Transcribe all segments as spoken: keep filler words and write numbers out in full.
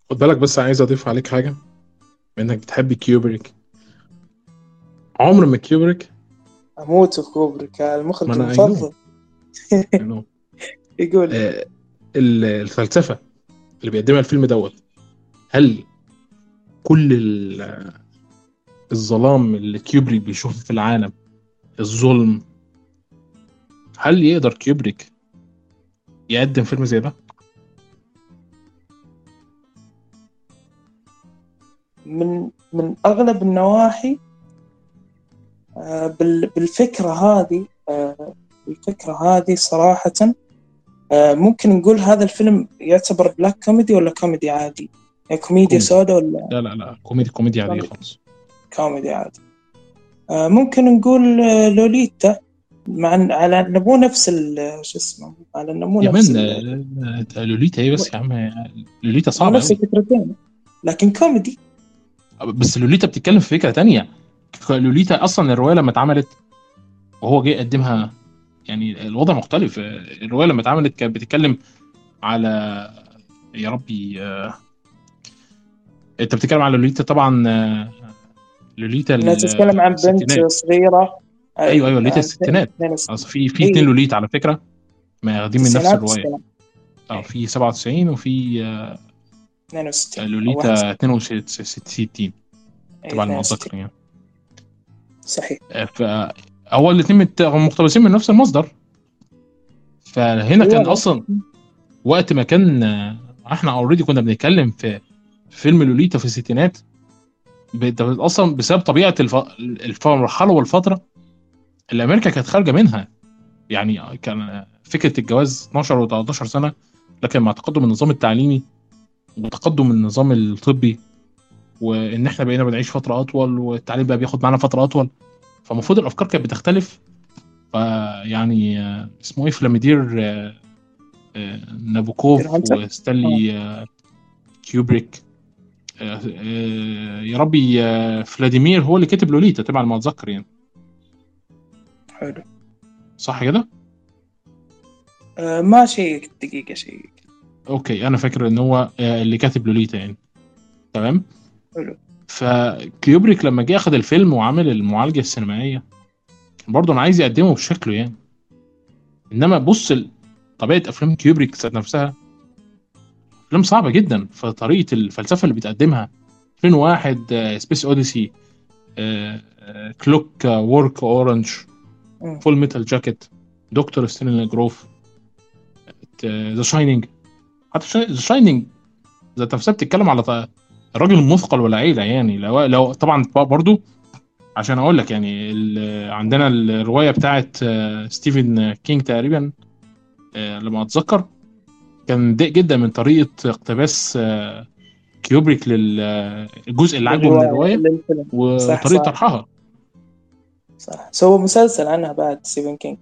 خد بالك، بس عايز اضيف عليك حاجه. انك بتحب كيوبريك، عمر ما كيوبريك. اموت في كوبريك، ما المخرج انا اي نو، المفضل. اي نو. يقول لي آه ال- الفلسفه اللي بيقدمها الفيلم دوت، هل كل ال- الظلام اللي كيوبريك بيشوفه في العالم، الظلم، هل يقدر كيوبريك يقدم فيلم زي ده؟ من من اغلب النواحي. آه، بال- بالفكرة هذه، آه، الفكرة هذه صراحة. آه، ممكن نقول هذا الفيلم يعتبر بلاك كوميدي ولا كوميدي عادي؟ يعني كوميديا كوميدي. سودا ولا لا لا لا، كوميدي، كوميدي عاديه كوميدي؟ خالص. كوميدي عادي. آه، ممكن نقول آه، لوليتا، مع إن- على انه مو نفس ال- شو اسمه، على انه مو يا نفس مان، ال- آه، آه، لوليتا ايه بس يا عم؟ لوليتا مو صعبه نفس قوي. الفكرتين، لكن كوميدي. بس لوليتا بتتكلم في فكره تانية. لوليتا اصلا الروايه لما اتعملت وهو جاي يقدمها، يعني الوضع مختلف. الروايه لما اتعملت كانت بتتكلم على، يا ربي، آه، انت بتتكلم على لوليتا طبعا. آه، لوليتا انها تتكلم عن بنت الستينات. صغيرة. ايوه اي ايوه، لوليتا عن الستينات. اثنين وستين. اصل في في اتنين اي لوليتا على فكره، ماخدين من نفس تسعينات الروايه. وستينات. اه، اي في سبعة وتسعين وفي اثنين آه، وستين او لوليتا واحد وستين. اتنين وستين، اي تبع المتذكر اثنين وستين. يعني. صحيح. آه، فهو الاثنين مقتبسين من نفس المصدر. فهنا ايوه كان لا. اصلا وقت ما كان، آه، احنا اوريدي كنا بنتكلم في فيلم لوليتا في الستينات. ب- ده اصلا بسبب طبيعه الف... الف- المرحله والفتره اللي امريكا كانت خارجه منها. يعني كان فكره الجواز اتناشر و13 سنه، لكن مع تقدم النظام التعليمي وتقدم النظام الطبي، وان احنا بقينا بنعيش فتره اطول والتعليم بقى بياخد معانا فتره اطول، فالمفروض الافكار كانت بتختلف. فيعني آه، اسمه ايه، فلاميدير، آه، آه، دير نابوكوف هانتر. اه وستانلي آه، كيوبريك، آه، آه، يا ربي، آه، فلاديمير هو اللي كتب لوليتا تبع المتذكر يعني. حلو. صح كده؟ آه ما شيء دقيقة شيء. اوكي، انا فاكر ان هو آه، اللي كاتب لوليتا يعني. تمام. حلو. فكيوبريك لما جه اخد الفيلم وعمل المعالجه السينمائيه، برضه انا عايز يقدمه بشكله يعني. انما بص ال- طبيعه افلام كيوبريك ذات نفسها افلام صعبه جدا، فطريقه الفلسفه اللي بتقدمها. ألفين وواحد، سبيس اوديسي، كلوك وورك اورنج، مم. فول ميتال جاكيت، دكتور ستينلي جروف، ذا شاينينج. حتى ذا شاينينج ذات نفسها بتتكلم على ط- الراجل المثقل والعيله يعني. لو لو طبعا برضو، عشان اقول لك يعني، ال- عندنا الروايه بتاعت آه، ستيفن كينج تقريبا، آه، لما اتذكر، كان متضايق جدا من طريقه اقتباس آه، كيوبريك للجزء اللي عاجبه من للرواية الروايه للفيلم. صح وطريقه صح. طرحها. صح، سووا مسلسل عنها بعد ستيفن كينج.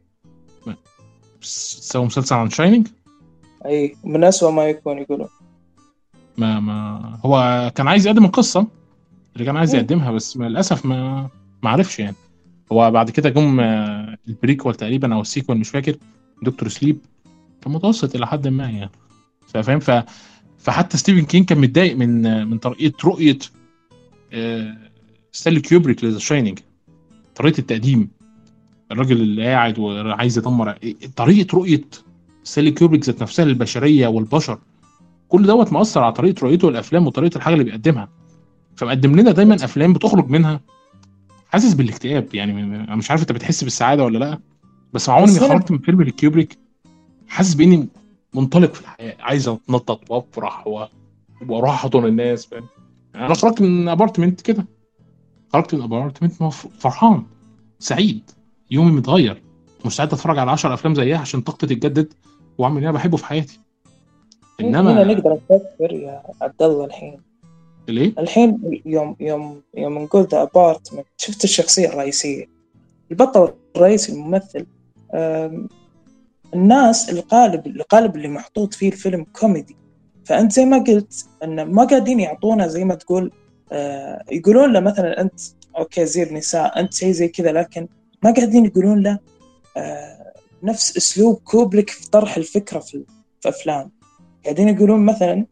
سووا مسلسل عن شاينينج. اي من أسوأ ما يكون يقولون. ما ما هو كان عايز يقدم القصه اللي كان عايز مم. يقدمها، بس ما للاسف ما ما عرفش يعني. هو بعد كده جم آه، البريكول تقريبا او السيكول مش فاكر، دكتور سليب، كان متوسط الى حد ما يعني. فاهم. ف فحتى ستيفن كين كان متضايق من آه، من طريقه رؤيه آه، ستانلي كيوبريك لذا شاينينج. طريقه التقديم، الراجل اللي قاعد وعايز يدمر، طريقه رؤيه ستانلي كيوبريك ذات نفسها للبشريه والبشر، كل دوت مؤثر على طريقه رؤيته للافلام وطريقه الحاجه اللي بيقدمها. فمقدم لنا دايما افلام بتخرج منها حاسس بالاكتئاب. يعني انا مش عارف انت بتحس بالسعاده ولا لا، بس عمري ما بس هنا خرجت من فيلم لكيوبريك حاسس باني منطلق في الحياه، عايز اتنطط وافرح و- واروح احضن الناس، فاهم؟ يعني انا خرجت من ابارتمنت كده، خرجت من ابارتمنت مف- فرحان، سعيد، يومي متغير، مستعد اتفرج على عشر افلام زيها عشان طاقتي تتجدد واعمل اللي انا بحبه في حياتي. هنا انما نقدر نفكر يا عبد الله. الحين ليه؟ الحين يوم يوم يوم نقول ذا ابارتمنت، شفت الشخصية الرئيسية، البطل الرئيسي الممثل. أم، الناس القالب القالب اللي محطوط فيه الفيلم كوميدي. فأنت زي ما قلت أن ما قاعدين يعطونا زي ما تقول. أه يقولون له مثلا أنت أوكي زير نساء، أنت شيء زي كذا، لكن ما قاعدين يقولون له أه نفس أسلوب كوبريك في طرح الفكرة في, في أفلام. قاعدين يقولون مثلا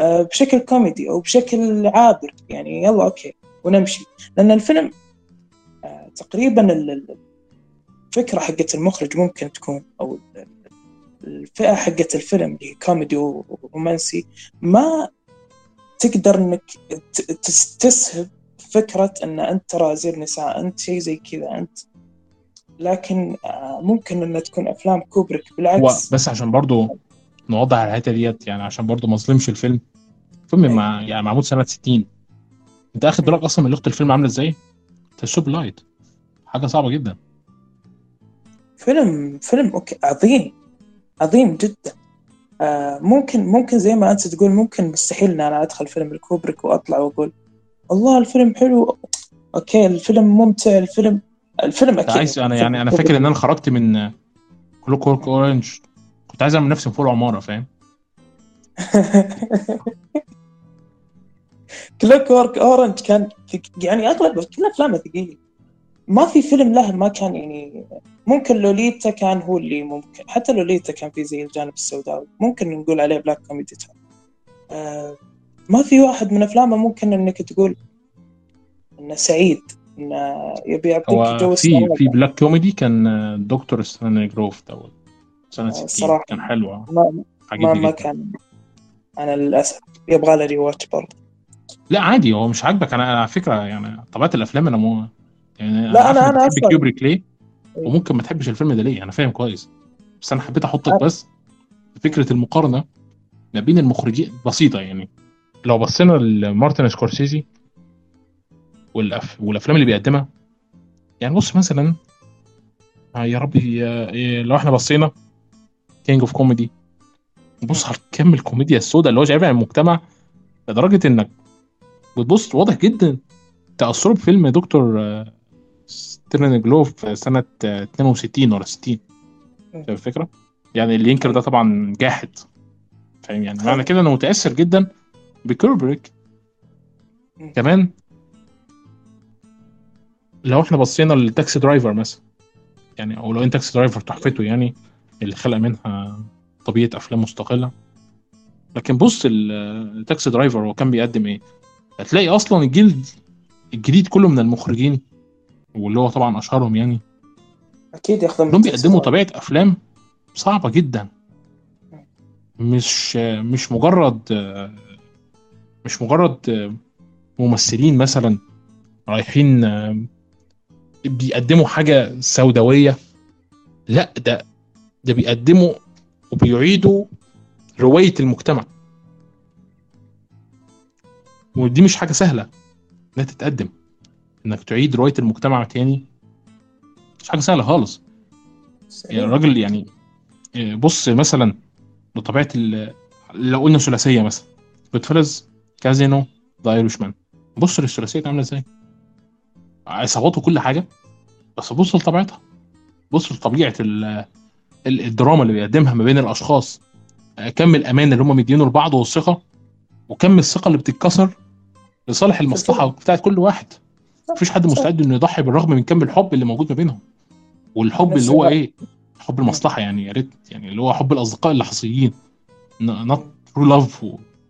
آه، بشكل كوميدي أو بشكل عابر، يعني يلا أوكي ونمشي. لأن الفيلم آه، تقريبا ال- ال- الفكرة حقت المخرج ممكن تكون، أو ال- الفئة حقت الفيلم اللي هي كوميدي ورومانسي، ما تقدر إنك ت- تس- تسهب فكرة أن أنت ترى زي النساء، أنت شيء زي كذا أنت. لكن آه، ممكن أن تكون أفلام كوبريك هو بالعكس. بس عشان برضو نوضح على الحته ديت، يعني عشان برضو ما اظلمش الفيلم. فيلم أي. مع يعني معمول سنه ستين. انت اخد مم. بالك اصلا من لغه الفيلم عامله ازاي؟ تحسه لايت، حاجه صعبه جدا. فيلم فيلم أوكي عظيم، عظيم جدا. آه ممكن ممكن زي ما أنت تقول، ممكن مستحيل إن أنا أدخل فيلم الكوبريك وأطلع وأقول الله الفيلم حلو، أوكي الفيلم ممتع، الفيلم الفيلم انت أكيد عايز، يعني انا فيلم يعني انا فاكر ان كوبريك. انا خرجت من كلوك وورك اورنج كنت عايز اعمل نفسي فوق العماره، فاهم؟ كلوك وورك أورنج كان ثق- يعني أغلب كل أفلامه ثقيل. ما في فيلم له ما كان يعني. ممكن لوليتا كان هو اللي ممكن، حتى لوليتا كان فيه زي الجانب السوداوي، ممكن نقول عليه بلاك كوميدي. آه ما في واحد من أفلامه ممكن إنك تقول إنه سعيد، إنه يبي يعطيك هو جو في في السعادة. بلاك كوميدي كان دكتور ستانلي جروف دوت سنه آه ستين، الصراحة كان حلو آه. ما ما عجبني ما جدا. كان. أنا للأسف يبغى له ريواتش برضه. لا عادي، هو مش عاجبك؟ انا على فكره يعني طبيعه الافلام انا مو يعني انا لا عارف أنا انك أنا بتحب أصلا كيوبريك ليه، وممكن ما تحبش الفيلم ده ليه، انا فاهم كويس. بس انا حبيت احطك بس في فكره المقارنه ما بين المخرجين بسيطه. يعني لو بصينا لمارتن سكورسيزي والأف... والافلام اللي بيقدمها، يعني بص مثلا آه يا ربي آه لو احنا بصينا كينج اوف كوميدي، بص على كم الكوميديا السوداء اللي هو شايفها عن المجتمع، لدرجه انك بتبص واضح جدا تاثره بفيلم دكتور آه، ستيرن جلوف سنه آه، اتنين وستين ولا ستين. فاهم الفكره؟ يعني اللي ينكر ده أي طبعا جاحد. فاهم؟ يعني معنى أي كده انه متاثر جدا بكوبريك. كمان لو احنا بصينا للتاكسي درايفر مثلا، يعني او لو انت تاكسي درايفر تحفته يعني، اللي خلق منها طبيعه افلام مستقله. لكن بص ال- التاكسي درايفر هو كان بيقدم ايه؟ هتلاقي اصلا الجيل الجديد كله من المخرجين، واللي هو طبعا اشهرهم يعني، أكيد ياخذ من كلهم التاكسي بيقدموا درايفر. طبيعه افلام صعبه جدا. مش مش مجرد مش مجرد ممثلين مثلا رايحين بيقدموا حاجه سوداويه. لا، ده ده بيقدموا وبيعيدوا روايه المجتمع، ودي مش حاجه سهله انها تتقدم. انك تعيد روايه المجتمع تاني مش حاجه سهله خالص. يعني مستحيل. الراجل يعني آه، بص مثلا لطبيعه ال- لو قلنا ثلاثيه مثلا، جودفيلز، كازينو، ذا ايرشمان، بص للثلاثيه دي عامله ازاي، عصابات وكل حاجه، بس بص لطبيعتها. بص لطبيعه ال- ال- الدراما اللي بيقدمها ما بين الاشخاص، آه، كم الامان اللي هم مدينه لبعض والثقه، وكم الثقه اللي بتتكسر لصالح في المصلحه الفيلم. بتاعت كل واحد. صح مفيش حد صح. مستعد انه يضحي بالرغم من كم الحب اللي موجود ما بينهم، والحب اللي نفس هو الوقت. ايه، حب المصلحه يعني، يا ريت يعني اللي هو حب الاصدقاء اللحظيين، نوت ترو لاف.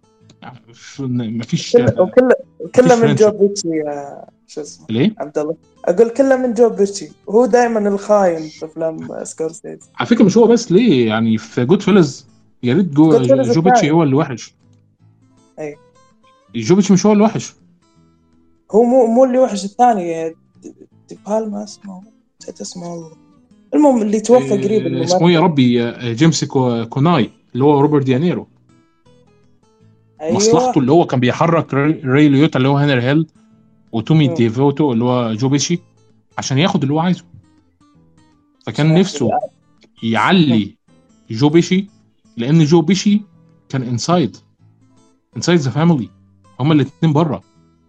مفيش كل وكل مفيش كله من جو فريندشيب. بيتشي يا شو اسمه ليه؟ عبد الله. اقول كله من جو بيتشي، وهو دائما الخاين في افلام سكورسيزي. على فكره مش هو بس، ليه يعني في جود فيلز يا ريت جو جود فيلز جو بيتشي الثاني. هو اللي وحش. اي جو بيتشي مش هو اللي وحش. هو مو مو اللي وحش الثاني، دي دي بالما اسمه، نسيت اسمه والله. المهم اللي توفى قريب إيه اسمه ايه يا الممثل. ربي، آه، جيمس كو- كوناي اللي هو روبرت ديانيرو. ايوه. مصلحته اللي هو كان بيحرك ري, ري ليوتا اللي هو هنري هيل، وتومي مم. ديفوتو اللي هو جو بيشي، عشان ياخد اللي هو عايزه. فكان عشان ياخذ نفسه الآن. يعلي جو بيشي، لان جو بيشي كان انسايد انسايد ذا فاميلي، هما الاثنين بره.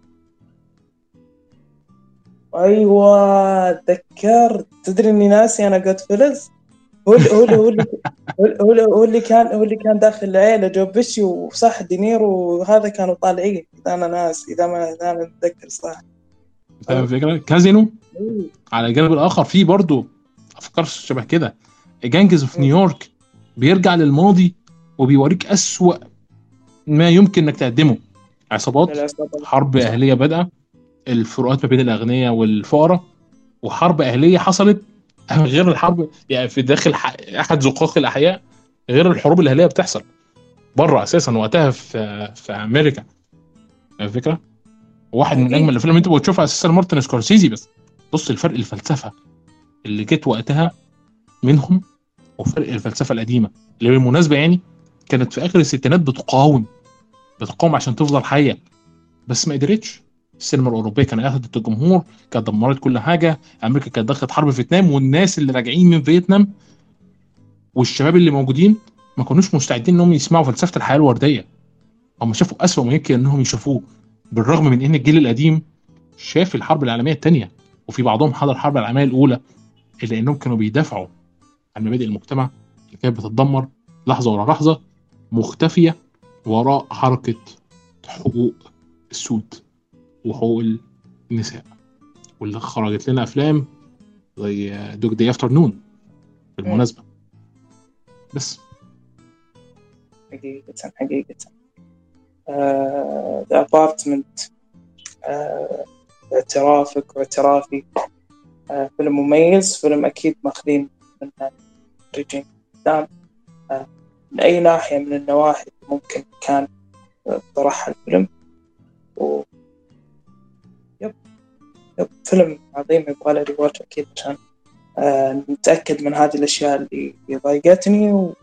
ايوه تذكرت، تدري اني ناسي انا جود فيلز. هو اللي هو اللي هو اللي هو اللي هو اللي كان هو اللي كان داخل العيله جو بيشي وصح دينيرو، وهذا كانوا طالعين، اذا انا ناس اذا ما اذا انا متذكر صح. فاهم الفكره؟ كازينو أيوة. على الجانب الاخر في برضه افكار شبه كده، جانجز في نيويورك، بيرجع للماضي وبيوريك اسوأ ما يمكن انك تقدمه. عصابات، للعصابة. حرب صح. اهليه بادئه، الفروقات ما بين الاغنياء والفقراء، وحرب اهليه حصلت غير الحرب يعني في داخل ح- احد زقاق الاحياء، غير الحروب الاهليه بتحصل بره اساسا وقتها في في امريكا. الفكره واحد من اجمل أكيد. الافلام اللي انت بتشوفها اساسا مارتن سكورسيزي. بس بص الفرق الفلسفه اللي جت وقتها منهم، وفرق الفلسفه القديمه اللي بالمناسبه يعني كانت في اخر الستينات بتقاوم بتقاوم عشان تفضل حيه، بس ما قدرتش. السينما الاوروبيه كانت اخذت الجمهور، كانت دمرت كل حاجه. امريكا كانت دخلت حرب فيتنام، والناس اللي راجعين من فيتنام والشباب اللي موجودين ما كانوش مستعدين انهم يسمعوا فلسفه الحياه الورديه. هم شافوا اسوأ ما يمكن انهم يشوفوه، بالرغم من ان الجيل القديم شاف الحرب العالميه الثانيه، وفي بعضهم حضر الحرب العالميه الاولى، الا انهم كانوا بيدافعوا عن مبادئ المجتمع اللي كانت بتتدمر لحظه ورا لحظه، مختفيه وراء حركه حقوق السود وحقوق النساء، واللي خرجت لنا افلام زي دوج داي افتر نون مم. بالمناسبه. بس حقيقة حقيقة. آه، The Apartment، آه، اعترافك واعترافي، آه، فيلم مميز، فيلم أكيد ماخذين من ريجين دام. آه، من أي ناحية من النواحي ممكن كان آه، طرحها الفيلم. و يب يب فيلم عظيم يبغى له ريواتش أكيد عشان آه، نتأكد من هذه الأشياء اللي اللي ضايقتني، ومن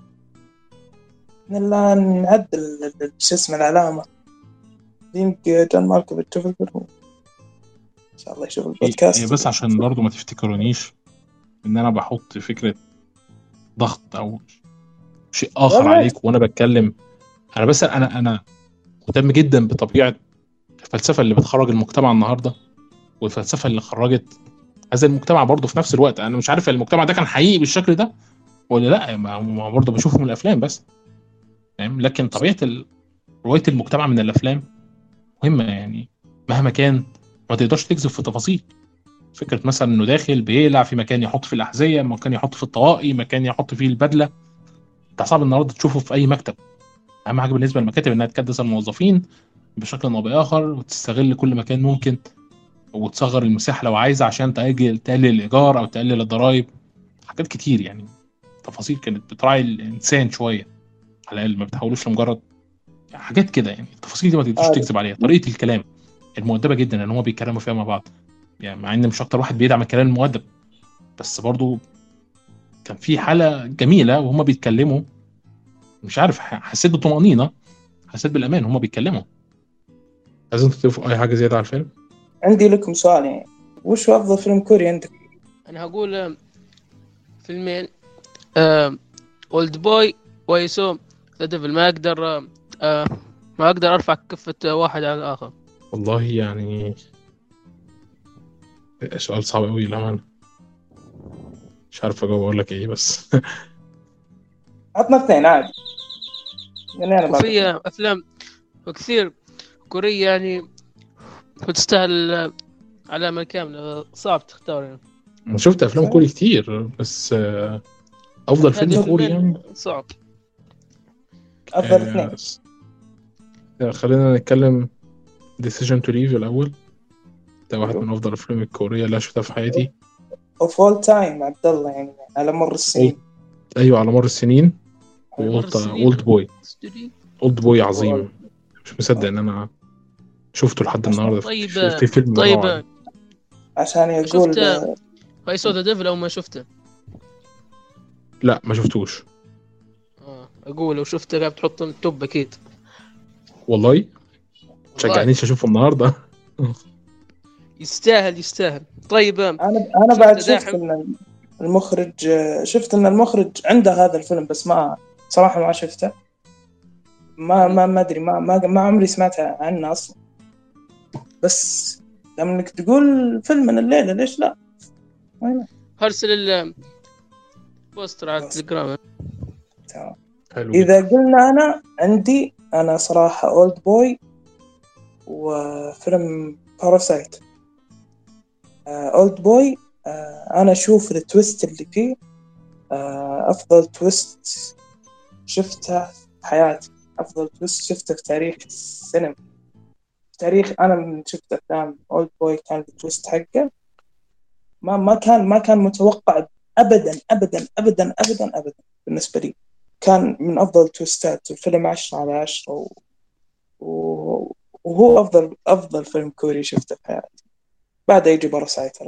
الله نعدل شو اسمه العلامة دينك جون مالكوفيتش تشوف الفيلم إن شاء الله يشوف هي هي البودكاست. بس عشان برضو ما تفتكرونيش ان انا بحط فكره ضغط او شيء لا اخر بالعكس. عليك وانا بتكلم. انا بس انا انا مهتم جدا بطبيعه الفلسفه اللي بتخرج المجتمع النهارده، والفلسفه اللي خرجت هذا المجتمع برضه في نفس الوقت. انا مش عارف المجتمع ده كان حقيقي بالشكل ده ولا لا، ما ما برضه بشوفه من الافلام بس، فاهم؟ لكن طبيعه ال- روايه المجتمع من الافلام مهمه يعني. مهما كان ما تقدرش تكذب في تفاصيل. فكره مثلا انه داخل بيقلع في مكان يحط في الاحذيه، مكان يحط في الطواقي، مكان يحط فيه البدله، ده صعب النهارده تشوفه في اي مكتب. اهم حاجه بالنسبه للمكاتب انها تكدس الموظفين بشكل او باخر، وتستغل كل مكان ممكن، وتصغر المساحه لو عايزه عشان تقلل تقلل الايجار او تقلل الضرائب. حاجات كتير يعني، تفاصيل كانت بتراعي الانسان شويه على الاقل، ما بتحولوش لمجرد حاجات كده يعني. التفاصيل دي ما تقدرش آه، تكذب عليها. طريقه الكلام المؤدبه جدا ان هم بيتكلموا فيها مع بعض، يعني مع ان مش اكتر واحد بيدعم الكلام المؤدب، بس برضو كان في حاله جميله وهم بيتكلموا. مش عارف، ح- حسيت بطمانينه، حسيت بالامان هم بيتكلموا. عايزين تضيفوا اي حاجه زياده على الفيلم؟ عندي لكم سؤال يعني، وش هو أفضل فيلم كوري عندك؟ انا هقول آه، فيلمين، آه، اولد بوي ويسوم ذا ديفل. ما اقدر آه، آه، ما اقدر ارفع كفة واحد على الاخر. والله يعني سؤال صعب قوي للامانه، مش عارف اجاوب اقول لك ايه بس. عطنا اثنين عادي يعني، أنا بعطيك وفي اثنين. آه، افلام كثير كورية يعني وتستاهل آه، علامة كاملة. صعب تختار يعني. انا شفت افلام صحيح. كوري كتير بس آه، افضل فيلم هذه أفضل كوري فيلمين يعني صعب. أفضل اثنين. آه، خلينا نتكلم Decision to Leave الاول. ده واحد من افضل الافلام الكوريه اللي شفتها في حياتي. أوف أول تايم عبد الله يعني على مر قلت السنين. ايوه على مر السنين. على مر وقلت السنين اولد بوي. استوديو. اولد بوي وأول- عظيم، مش مصدق ان انا شفته لحد عشان النهارده. طيب في آه، في فيلم طيب الروعه آه، دي. عشان شفت يقول آه، اي سو ذا ديفل او ما شفته؟ لا ما شفتوش آه، اقول لو شفته قاعد تحط التوب اكيد. والله. والله تشجعنيش اشوفه النهارده. يستاهل يستاهل. طيب آه، أنا أنا بعد شفت شفت داحم؟ إن المخرج آه، شفت إن المخرج عنده هذا الفيلم، بس ما صراحة ما شفته. ما ما ما أدري، ما ما ما عمري سمعت عنه أصلا. بس لما إنك تقول فيلم من الليلة ليش لا؟ ما هرسل البوستر على التليجرام. تمام. حلو إذا جدا. قلنا أنا عندي أنا صراحة أولد بوي وفيلم باراسايت. أولد بوي أنا أشوف التويست اللي فيه آه، أفضل تويست شفتها في حياتي. أفضل تويست شفته في تاريخ السينما، في تاريخ أنا من شفت أفلام أولد بوي كان التويست حقه ما ما كان ما كان متوقع أبدا أبدا أبدا أبدا أبدا. بالنسبة لي كان من أفضل تويستات الفيلم، عشرة على عشرة و... و... وهو أفضل أفضل فيلم كوري شفته في حياتي، بعد يجي باراسايت.